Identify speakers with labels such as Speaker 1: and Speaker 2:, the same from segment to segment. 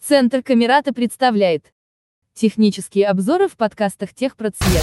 Speaker 1: Центр Камерата представляет технические обзоры в подкастах Техпроцвет.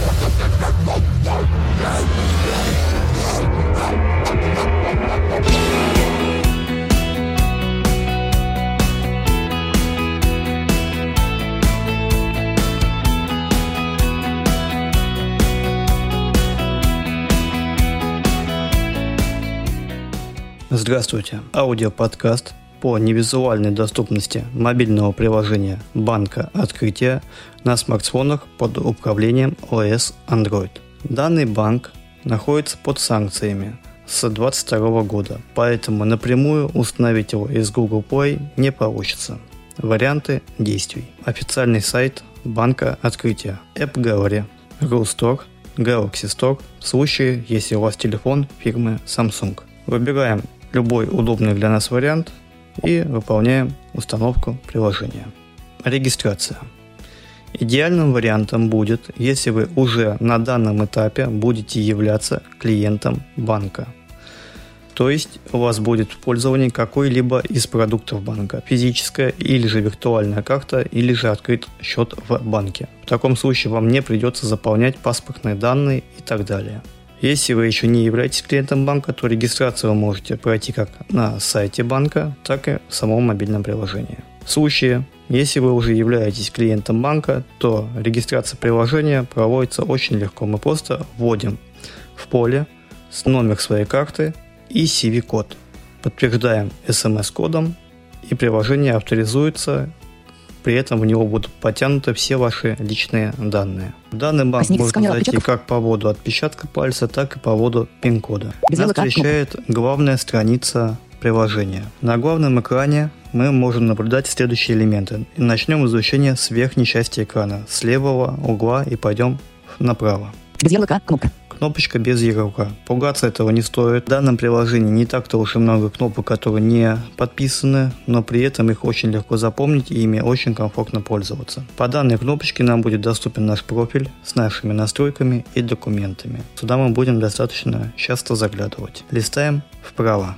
Speaker 2: Здравствуйте! Аудиоподкаст по невизуальной доступности мобильного приложения банка Открытие на смартфонах под управлением ОС Android. Данный банк находится под санкциями с 2022 года, поэтому напрямую установить его из Google Play не получится. Варианты действий. Официальный сайт банка Открытие. App Gallery, RuStore, Galaxy Store в случае, если у вас телефон фирмы Samsung. Выбираем любой удобный для нас вариант и выполняем установку приложения. Регистрация. Идеальным вариантом будет, если вы уже на данном этапе будете являться клиентом банка. То есть у вас будет в пользовании какой-либо из продуктов банка, физическая или же виртуальная карта, или же открыт счет в банке. В таком случае вам не придется заполнять паспортные данные и так далее. Если вы еще не являетесь клиентом банка, то регистрацию вы можете пройти как на сайте банка, так и в самом мобильном приложении. В случае, если вы уже являетесь клиентом банка, то регистрация приложения проводится очень легко. Мы просто вводим в поле номер своей карты и CV-код. Подтверждаем SMS-кодом, и приложение авторизуется. При этом в него будут подтянуты все ваши личные данные. В данный банк можно зайти как по поводу отпечатка пальца, так и по поводу пин-кода. Нас встречает главная страница приложения. На главном экране мы можем наблюдать следующие элементы. Начнем изучение с верхней части экрана, с левого угла и пойдем направо.
Speaker 3: Без ярлыка, кнопка.
Speaker 2: Кнопочка без ярлыка. Пугаться этого не стоит. В данном приложении не так-то уж и много кнопок, которые не подписаны, но при этом их очень легко запомнить и ими очень комфортно пользоваться. По данной кнопочке нам будет доступен наш профиль с нашими настройками и документами. Сюда мы будем достаточно часто заглядывать. Листаем вправо.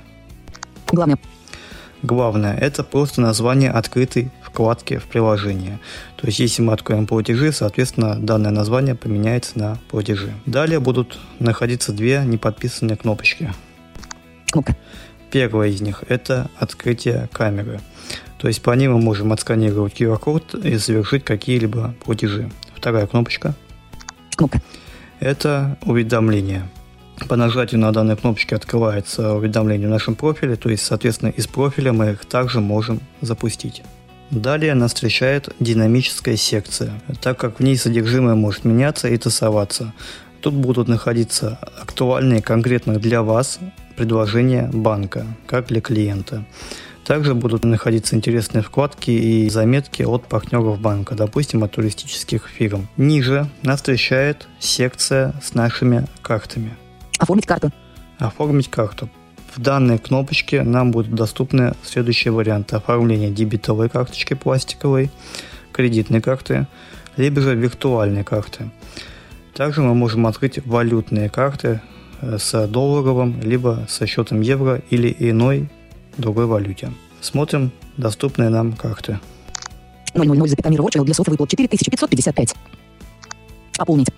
Speaker 2: Главное – это просто название открытой вкладки в приложении. То есть, если мы откроем платежи, соответственно, данное название поменяется на платежи. Далее будут находиться две неподписанные кнопочки.
Speaker 3: Кнопка.
Speaker 2: Первая из них – это открытие камеры. То есть, по ней мы можем отсканировать QR-код и совершить какие-либо платежи. Вторая кнопочка.
Speaker 3: Кнопка.
Speaker 2: Это уведомление. По нажатию на данной кнопочке открывается уведомление в нашем профиле, то есть, соответственно, из профиля мы их также можем запустить. Далее нас встречает динамическая секция, так как в ней содержимое может меняться и тасоваться. Тут будут находиться актуальные конкретно для вас предложения банка, как для клиента. Также будут находиться интересные вкладки и заметки от партнеров банка, допустим, от туристических фирм. Ниже нас встречает секция с нашими картами.
Speaker 3: Оформить карту.
Speaker 2: Оформить карту. В данной кнопочке нам будут доступны следующие варианты оформления дебетовой карточки пластиковой, кредитной карты, либо же виртуальной карты. Также мы можем открыть валютные карты с долларовым, либо со счетом евро или иной другой валюте. Смотрим доступные нам карты.
Speaker 3: 000 для софт-выплат 4555. Пополнить.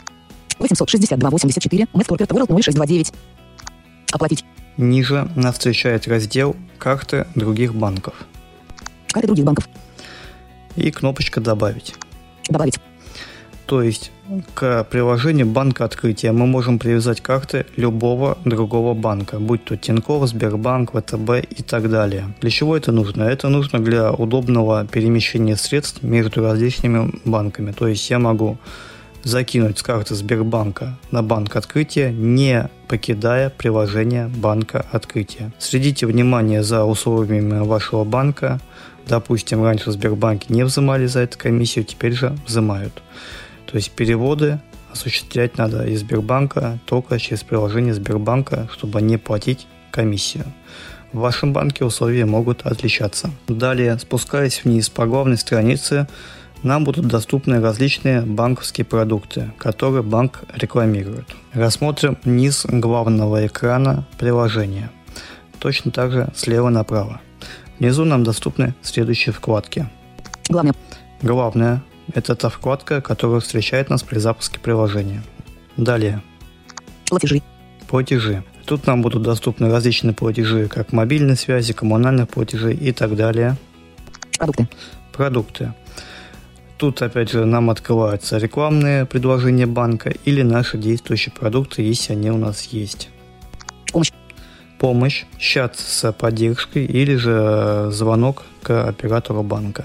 Speaker 3: 862,84. Мэскорпорт World 0629. Оплатить.
Speaker 2: Ниже нас встречает раздел «Карты других банков».
Speaker 3: Карты других банков.
Speaker 2: И кнопочка «Добавить».
Speaker 3: Добавить.
Speaker 2: То есть к приложению банка Открытия мы можем привязать карты любого другого банка, будь то Тинькофф, Сбербанк, ВТБ и так далее. Для чего это нужно? Это нужно для удобного перемещения средств между различными банками. То есть я могу закинуть с карты Сбербанка на банк Открытия, не покидая приложение банка Открытия. Следите внимание за условиями вашего банка. Допустим, раньше в Сбербанке не взимали за это комиссию, теперь же взимают. То есть переводы осуществлять надо из Сбербанка только через приложение Сбербанка, чтобы не платить комиссию. В вашем банке условия могут отличаться. Далее, спускаясь вниз по главной странице, нам будут доступны различные банковские продукты, которые банк рекламирует. Рассмотрим низ главного экрана приложения. Точно так же слева направо. Внизу нам доступны следующие вкладки. Главное – это та вкладка, которая встречает нас при запуске приложения. Далее. Платежи. Тут нам будут доступны различные платежи, как мобильной связи, коммунальных платежей и так далее. Продукты. Тут, опять же, нам открываются рекламные предложения банка или наши действующие продукты, если они у нас есть. Помощь, чат с поддержкой или же звонок к оператору банка.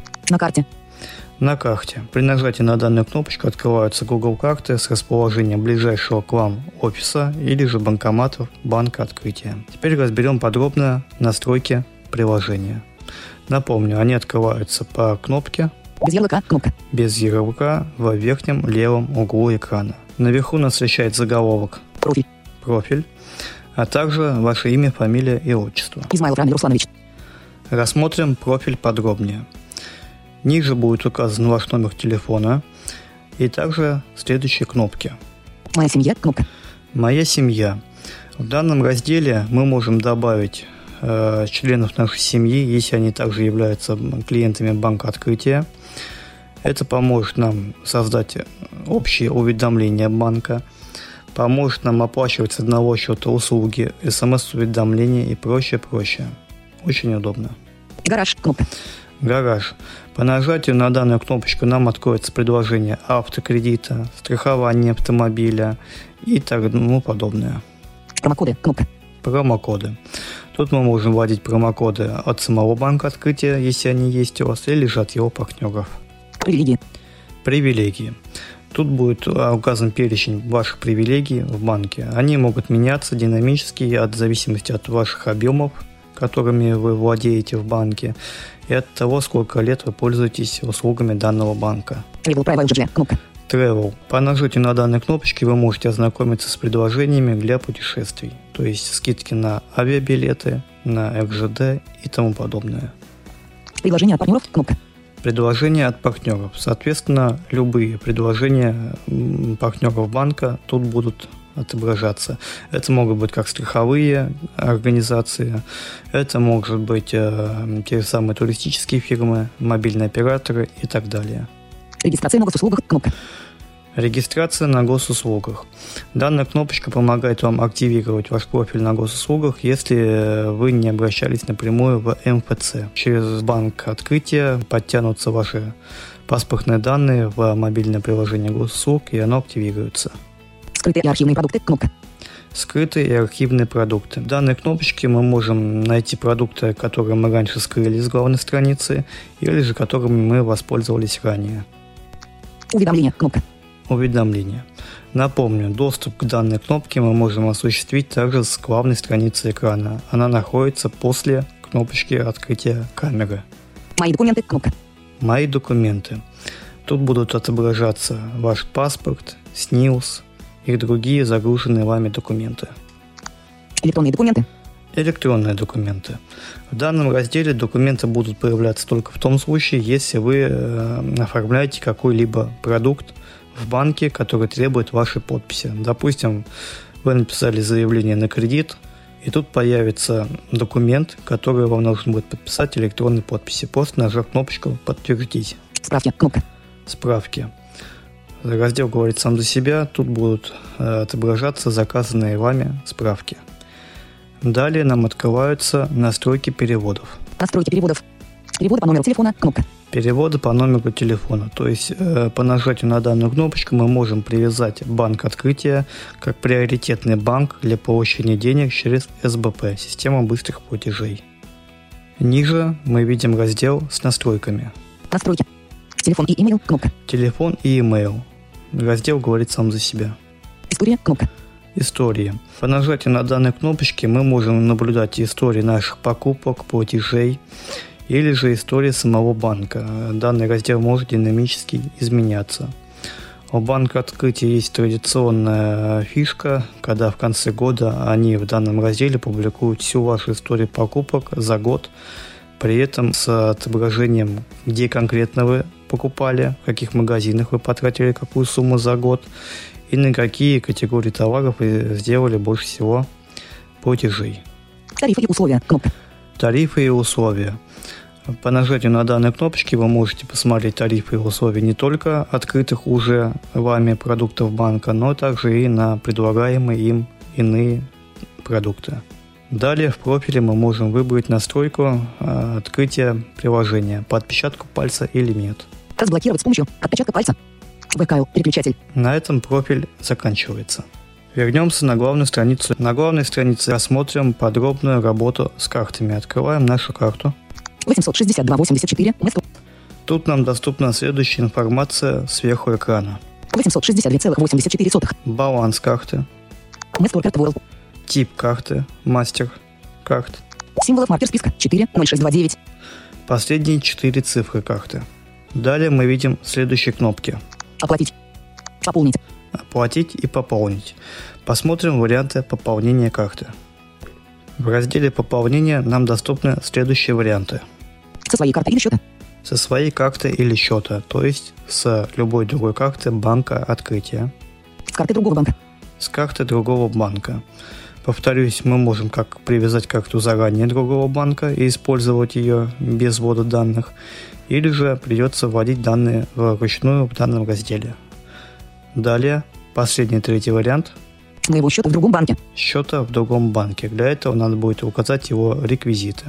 Speaker 2: На карте. При нажатии на данную кнопочку открываются Google карты с расположением ближайшего к вам офиса или же банкоматов банка открытия. Теперь разберем подробно настройки приложения. Напомню, они открываются по кнопке. Без ярлыка в верхнем левом углу экрана. Наверху нас встречает заголовок «Профиль», а также ваше имя, фамилия и отчество.
Speaker 3: Измайлов Рамиль Русланович.
Speaker 2: Рассмотрим профиль подробнее. Ниже будет указан ваш номер телефона и также следующие кнопки.
Speaker 3: Моя семья. Кнопка.
Speaker 2: Моя семья. В данном разделе мы можем добавить членов нашей семьи, если они также являются клиентами банка открытия. Это поможет нам создать общие уведомления банка, поможет нам оплачивать с одного счета услуги, смс-уведомления и прочее. Очень удобно.
Speaker 3: Гараж. Кнопка.
Speaker 2: Гараж. По нажатию на данную кнопочку нам откроется предложение автокредита, страхования автомобиля и тому подобное.
Speaker 3: Промокоды. Кнопка.
Speaker 2: Промокоды. Тут мы можем вводить промокоды от самого банка открытия, если они есть у вас, или же от его партнеров. Привилегии. Тут будет указан перечень ваших привилегий в банке. Они могут меняться динамически в зависимости от ваших объемов, которыми вы владеете в банке, и от того, сколько лет вы пользуетесь услугами данного банка. Travel. По нажатию на данной кнопочке вы можете ознакомиться с предложениями для путешествий, то есть скидки на авиабилеты, на РЖД и тому подобное.
Speaker 3: Предложения от партнеров. Кнопка.
Speaker 2: Предложения от партнеров. Соответственно, любые предложения партнеров банка тут будут отображаться. Это могут быть как страховые организации, это могут быть те самые туристические фирмы, мобильные операторы и так далее.
Speaker 3: Регистрация на госуслугах. Кнопка.
Speaker 2: Регистрация на госуслугах. Данная кнопочка помогает вам активировать ваш профиль на госуслугах, если вы не обращались напрямую в МФЦ. Через банк открытия подтянутся ваши паспортные данные в мобильное приложение госуслуг, и оно активируется.
Speaker 3: Скрытые и архивные продукты. Кнопка.
Speaker 2: Скрытые и архивные продукты. В данной кнопочке мы можем найти продукты, которые мы раньше скрыли с главной страницы, или же которыми мы воспользовались ранее.
Speaker 3: Уведомления. Кнопка.
Speaker 2: Уведомления. Напомню, доступ к данной кнопке мы можем осуществить также с главной страницы экрана. Она находится после кнопочки открытия камеры.
Speaker 3: Мои документы. Кнопка.
Speaker 2: Мои документы. Тут будут отображаться ваш паспорт, СНИЛС и другие загруженные вами документы.
Speaker 3: Электронные документы.
Speaker 2: Электронные документы. В данном разделе документы будут появляться только в том случае, если вы оформляете какой-либо продукт в банке, который требует вашей подписи. Допустим, вы написали заявление на кредит, и тут появится документ, который вам нужно будет подписать электронной подписи, просто нажав кнопочку «Подтвердить».
Speaker 3: Справки. Кнопка.
Speaker 2: Справки. Раздел говорит сам за себя, тут будут отображаться заказанные вами справки. Далее нам открываются настройки переводов.
Speaker 3: Настройки переводов. Переводы по номеру телефона. Кнопка.
Speaker 2: Переводы по номеру телефона. То есть по нажатию на данную кнопочку мы можем привязать банк открытия как приоритетный банк для получения денег через СБП, систему быстрых платежей. Ниже мы видим раздел с настройками.
Speaker 3: Настройки. Телефон и имейл. Кнопка.
Speaker 2: Телефон и имейл. Раздел говорит сам за себя.
Speaker 3: История. Кнопка.
Speaker 2: Истории. По нажатию на данной кнопочке мы можем наблюдать истории наших покупок, платежей или же истории самого банка. Данный раздел может динамически изменяться. У банка открытия есть традиционная фишка, когда в конце года они в данном разделе публикуют всю вашу историю покупок за год, при этом с отображением, где конкретно вы покупали, в каких магазинах вы потратили какую сумму за год и на какие категории товаров вы сделали больше всего платежей.
Speaker 3: Тарифы и условия. Кнопка.
Speaker 2: Тарифы и условия. По нажатию на данные кнопочки вы можете посмотреть тарифы и условия не только открытых уже вами продуктов банка, но также и на предлагаемые им иные продукты. Далее в профиле мы можем выбрать настройку открытия приложения по отпечатку пальца или нет.
Speaker 3: Разблокировать с помощью отпечатка пальца. ВКЛ. Переключатель.
Speaker 2: На этом профиль заканчивается. Вернемся на главную страницу. На главной странице рассмотрим подробную работу с картами. Открываем нашу карту.
Speaker 3: 862,84.
Speaker 2: Тут нам доступна следующая информация сверху экрана.
Speaker 3: 862,84.
Speaker 2: Баланс карты,
Speaker 3: Mastercard World.
Speaker 2: тип карты, MasterCard,
Speaker 3: Символов маркер списка 40629.
Speaker 2: последние 4 цифры карты. Далее мы видим следующие кнопки.
Speaker 3: Оплатить. Пополнить.
Speaker 2: Оплатить и пополнить. Посмотрим варианты пополнения карты. В разделе «Пополнение» нам доступны следующие варианты.
Speaker 3: Со своей карты или счета.
Speaker 2: Со своей карты или счета, то есть с любой другой карты банка открытия.
Speaker 3: С карты другого банка.
Speaker 2: С карты другого банка. Повторюсь, мы можем как привязать карту заранее другого банка и использовать ее без ввода данных, или же придется вводить данные вручную в данном разделе. Далее, последний третий вариант.
Speaker 3: С моего счета в другом банке.
Speaker 2: Счета в другом банке. Для этого надо будет указать его реквизиты.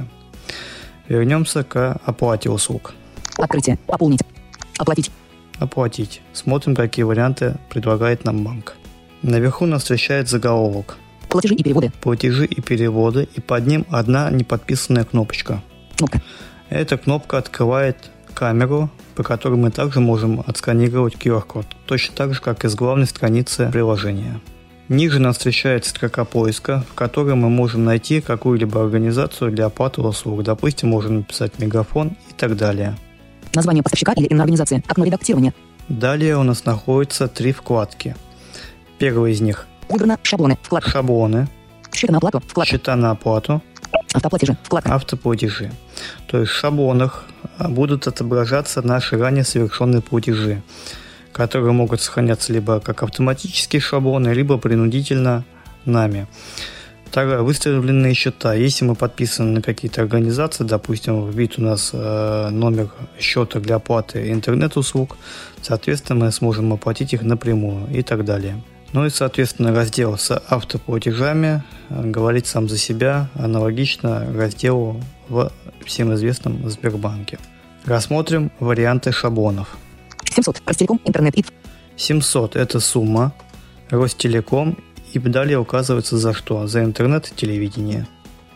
Speaker 2: Вернемся к оплате услуг.
Speaker 3: Открытие. Пополнить. Оплатить.
Speaker 2: Оплатить. Смотрим, какие варианты предлагает нам банк. Наверху нас встречает заголовок.
Speaker 3: Платежи и переводы.
Speaker 2: Платежи и переводы, и под ним одна неподписанная кнопочка.
Speaker 3: Кнопка.
Speaker 2: Эта кнопка открывает камеру, по которой мы также можем отсканировать QR-код, точно так же, как и с главной страницы приложения. Ниже нас встречает строка поиска, в которой мы можем найти какую-либо организацию для оплаты услуг. Допустим, можем написать Мегафон и так далее.
Speaker 3: Название поставщика или организации. Окно редактирования.
Speaker 2: Далее у нас находится 3 вкладки. Первая из них
Speaker 3: Выбрано шаблоны. Вкладка.
Speaker 2: шаблоны,
Speaker 3: Счета на оплату. Вкладка.
Speaker 2: счета на оплату,
Speaker 3: Автоплатежи. Вкладка.
Speaker 2: автоплатежи. То есть в шаблонах будут отображаться наши ранее совершенные платежи, которые могут сохраняться либо как автоматические шаблоны, либо принудительно нами. Также выставленные счета. Если мы подписаны на какие-то организации, допустим, вбит у нас номер счета для оплаты интернет-услуг, соответственно, мы сможем оплатить их напрямую и так далее. Ну и, соответственно, раздел с автоплатежами говорит сам за себя, аналогично разделу в всем известном Сбербанке. Рассмотрим варианты шаблонов.
Speaker 3: 700. Ростелеком. Интернет. И
Speaker 2: 700 – это сумма, Ростелеком, и далее указывается за что? За интернет и телевидение.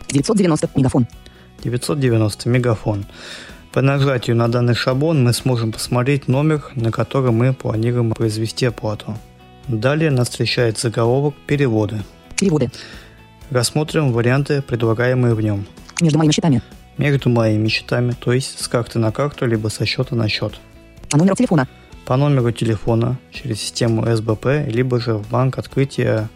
Speaker 3: 990. Мегафон.
Speaker 2: 990 – Мегафон. По нажатию на данный шаблон мы сможем посмотреть номер, на который мы планируем произвести оплату. Далее нас встречает заголовок «Переводы».
Speaker 3: Переводы.
Speaker 2: Рассмотрим варианты, предлагаемые в нем.
Speaker 3: Между моими счетами.
Speaker 2: Между моими счетами, то есть с карты на карту, либо со счета на счет.
Speaker 3: По номеру телефона.
Speaker 2: По номеру телефона через систему СБП, либо же в банк открытия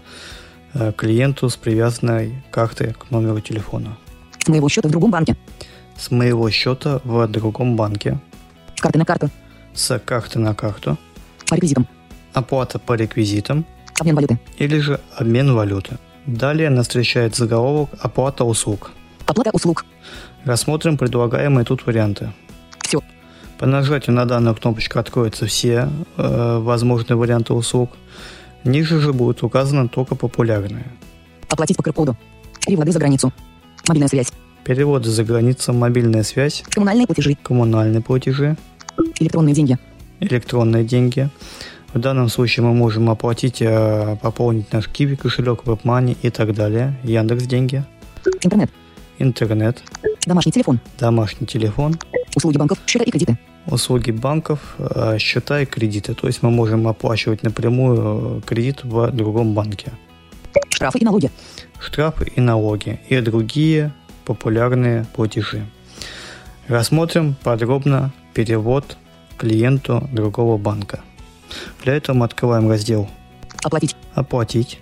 Speaker 2: клиенту с привязанной картой к номеру телефона.
Speaker 3: С моего счета в другом банке.
Speaker 2: С моего счета в другом банке.
Speaker 3: С карты на карту.
Speaker 2: С карты на карту.
Speaker 3: По реквизитам.
Speaker 2: Оплата по реквизитам.
Speaker 3: Обмен валюты.
Speaker 2: Или же обмен валюты. Далее нас встречает заголовок «Оплата услуг».
Speaker 3: Оплата услуг.
Speaker 2: Рассмотрим предлагаемые тут варианты.
Speaker 3: Все.
Speaker 2: По нажатию на данную кнопочку откроются все возможные варианты услуг. Ниже же будут указаны только популярные.
Speaker 3: Оплатить по QR-коду. Переводы за границу. Мобильная связь.
Speaker 2: Переводы за границу, мобильная связь,
Speaker 3: Коммунальные платежи.
Speaker 2: коммунальные платежи,
Speaker 3: Электронные деньги.
Speaker 2: электронные деньги. В данном случае мы можем оплатить, пополнить наш Киви кошелек, WebMoney и так далее. Яндекс.Деньги,
Speaker 3: Интернет.
Speaker 2: интернет,
Speaker 3: Домашний телефон.
Speaker 2: домашний телефон,
Speaker 3: Услуги банков. Счета и кредиты.
Speaker 2: услуги банков, счета и кредиты. То есть мы можем оплачивать напрямую кредит в другом банке.
Speaker 3: Штрафы и налоги.
Speaker 2: Штрафы и налоги и другие популярные платежи. Рассмотрим подробно перевод клиенту другого банка. Для этого мы открываем раздел
Speaker 3: Оплатить.
Speaker 2: «Оплатить»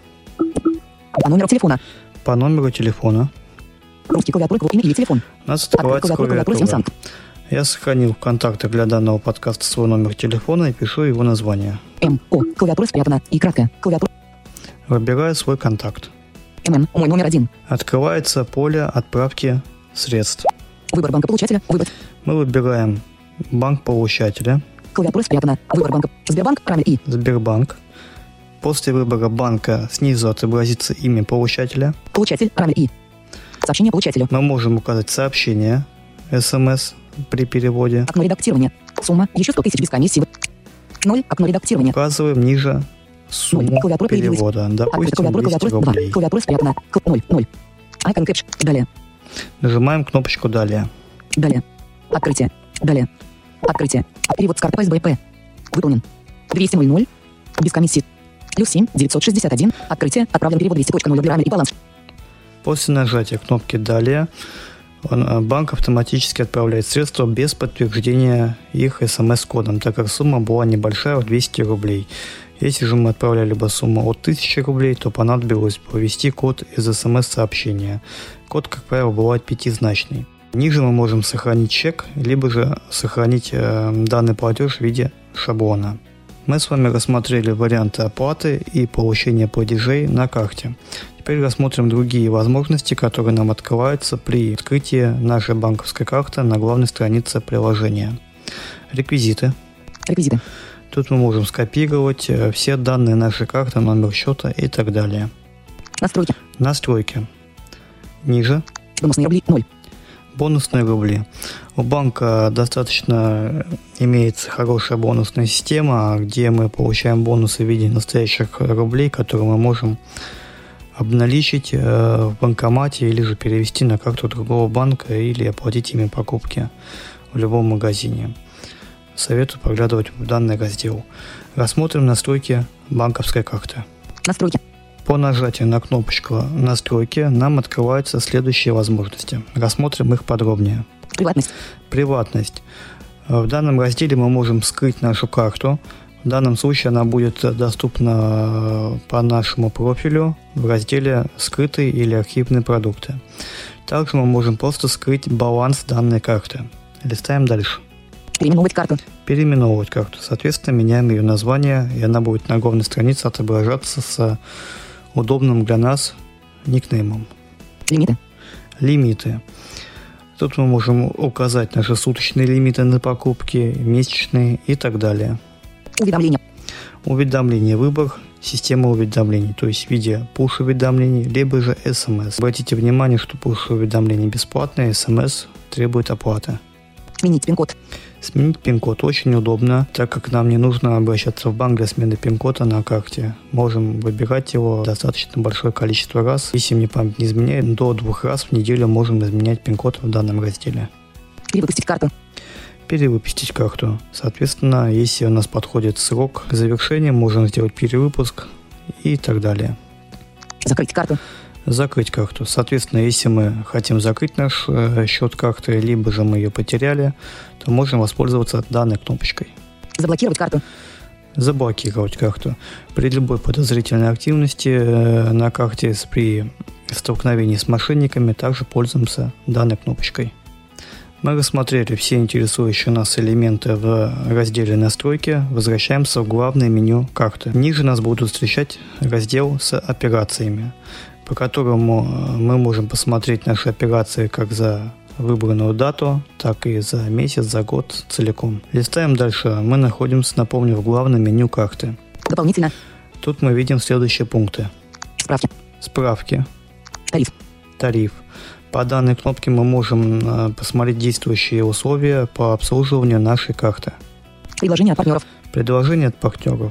Speaker 3: По номеру телефона.
Speaker 2: по номеру телефона.
Speaker 3: Русский клавиатура, имя или телефон.
Speaker 2: У нас открывается клавиатура.
Speaker 3: Samsung.
Speaker 2: Я сохранил в контактах для данного подкаста свой номер телефона и пишу его название.
Speaker 3: МО. Клавиатура спрятана. И краткая. Клавиатура.
Speaker 2: Выбираю свой контакт.
Speaker 3: МН. Мой номер 1.
Speaker 2: Открывается поле отправки средств.
Speaker 3: Выбор банка получателя. Выбор.
Speaker 2: Мы выбираем банк получателя.
Speaker 3: Клавиатура спрятана. Выбор банка. Сбербанк. Равен И.
Speaker 2: Сбербанк. После выбора банка снизу отобразится имя получателя.
Speaker 3: Получатель. Равен И. Сообщение получателю.
Speaker 2: Мы можем указать сообщение, СМС при переводе.
Speaker 3: Окно редактирования. Сумма. Еще 100 тысяч без комиссии. 0. Окно редактирования.
Speaker 2: Указываем ниже сумму
Speaker 3: Клавиатура появилась.
Speaker 2: перевода. Допустим, 200
Speaker 3: 2.
Speaker 2: рублей.
Speaker 3: Клавиатура спрятана. 0. 0. Icon Capture. Далее.
Speaker 2: Нажимаем кнопочку «Далее».
Speaker 3: Далее. Открытие. Далее. Открытие. Перевод с карты по СБП. Выполнен. 200.00. Без комиссии. +7 961. Открытие. Отправлен перевод 200.0 для и баланс.
Speaker 2: После нажатия кнопки «Далее» банк автоматически отправляет средства без подтверждения их СМС-кодом, так как сумма была небольшая, в 200 рублей. Если же мы отправляли бы сумму от 1000 рублей, то понадобилось бы ввести код из СМС-сообщения. Код, как правило, бывает пятизначный. Ниже мы можем сохранить чек, либо же сохранить данный платеж в виде шаблона. Мы с вами рассмотрели варианты оплаты и получения платежей на карте. Теперь рассмотрим другие возможности, которые нам открываются при открытии нашей банковской карты на главной странице приложения. Реквизиты.
Speaker 3: Реквизиты.
Speaker 2: Тут мы можем скопировать все данные нашей карты, номер счета и так далее.
Speaker 3: Настройки.
Speaker 2: Настройки. Ниже.
Speaker 3: Бонусные рубли 0.
Speaker 2: Бонусные рубли. У банка достаточно имеется хорошая бонусная система, где мы получаем бонусы в виде настоящих рублей, которые мы можем обналичить в банкомате или же перевести на карту другого банка или оплатить ими покупки в любом магазине. Советую поглядывать в данный раздел. Рассмотрим настройки банковской карты.
Speaker 3: Настройки.
Speaker 2: По нажатию на кнопочку «Настройки» нам открываются следующие возможности. Рассмотрим их подробнее.
Speaker 3: Приватность.
Speaker 2: Приватность. В данном разделе мы можем скрыть нашу карту. В данном случае она будет доступна по нашему профилю в разделе «Скрытые или архивные продукты». Также мы можем просто скрыть баланс данной карты. Листаем дальше.
Speaker 3: Переименовать карту.
Speaker 2: Переименовывать карту. Соответственно, меняем ее название, и она будет на главной странице отображаться с удобным для нас никнеймом.
Speaker 3: Лимиты.
Speaker 2: Лимиты. Тут мы можем указать наши суточные лимиты на покупки, месячные и так далее.
Speaker 3: Уведомления.
Speaker 2: Уведомление. Выбор системы уведомлений, то есть в виде push-уведомлений, либо же SMS. Обратите внимание, что push-уведомления бесплатные, SMS требует оплаты.
Speaker 3: Сменить пин-код.
Speaker 2: Сменить пин-код очень удобно, так как нам не нужно обращаться в банк для смены пин-кода на карте. Можем выбирать его достаточно большое количество раз. Если мне память не изменяет, до 2 раз в неделю можем изменять пин-код в данном разделе.
Speaker 3: Перевыпустить карту.
Speaker 2: Перевыпустить карту. Соответственно, если у нас подходит срок завершения, можем сделать перевыпуск и так далее.
Speaker 3: Закрыть карту.
Speaker 2: Закрыть карту. Соответственно, если мы хотим закрыть наш счет карты, либо же мы ее потеряли, то можем воспользоваться данной кнопочкой.
Speaker 3: Заблокировать карту.
Speaker 2: Заблокировать карту. При любой подозрительной активности на карте при столкновении с мошенниками также пользуемся данной кнопочкой. Мы рассмотрели все интересующие нас элементы в разделе «Настройки». Возвращаемся в главное меню карты. Ниже нас будут встречать раздел с операциями, по которому мы можем посмотреть наши операции как за выбранную дату, так и за месяц, за год целиком. Листаем дальше. Мы находимся, напомню, в главном меню карты.
Speaker 3: Дополнительно.
Speaker 2: Тут мы видим следующие пункты.
Speaker 3: Справки.
Speaker 2: Справки.
Speaker 3: Тариф.
Speaker 2: Тариф. По данной кнопке мы можем посмотреть действующие условия по обслуживанию нашей карты.
Speaker 3: Предложение от партнеров.
Speaker 2: Предложение от партнеров.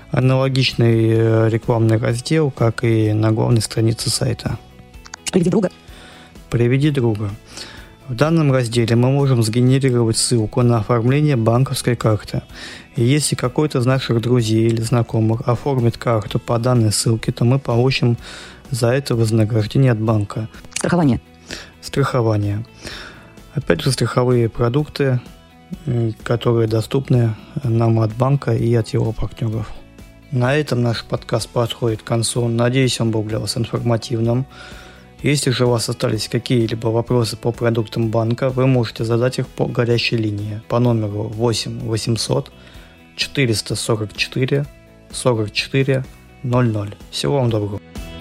Speaker 2: Аналогичный рекламный раздел, как и на главной странице сайта.
Speaker 3: Приведи друга.
Speaker 2: Приведи друга. В данном разделе мы можем сгенерировать ссылку на оформление банковской карты. И если какой-то из наших друзей или знакомых оформит карту по данной ссылке, то мы получим за это вознаграждение от банка.
Speaker 3: Страхование.
Speaker 2: Страхование. Опять же, страховые продукты, которые доступны нам от банка и от его партнеров. На этом наш подкаст подходит к концу. Надеюсь, он был для вас информативным. Если же у вас остались какие-либо вопросы по продуктам банка, вы можете задать их по горячей линии по номеру 8 800 444 44 00. Всего вам доброго.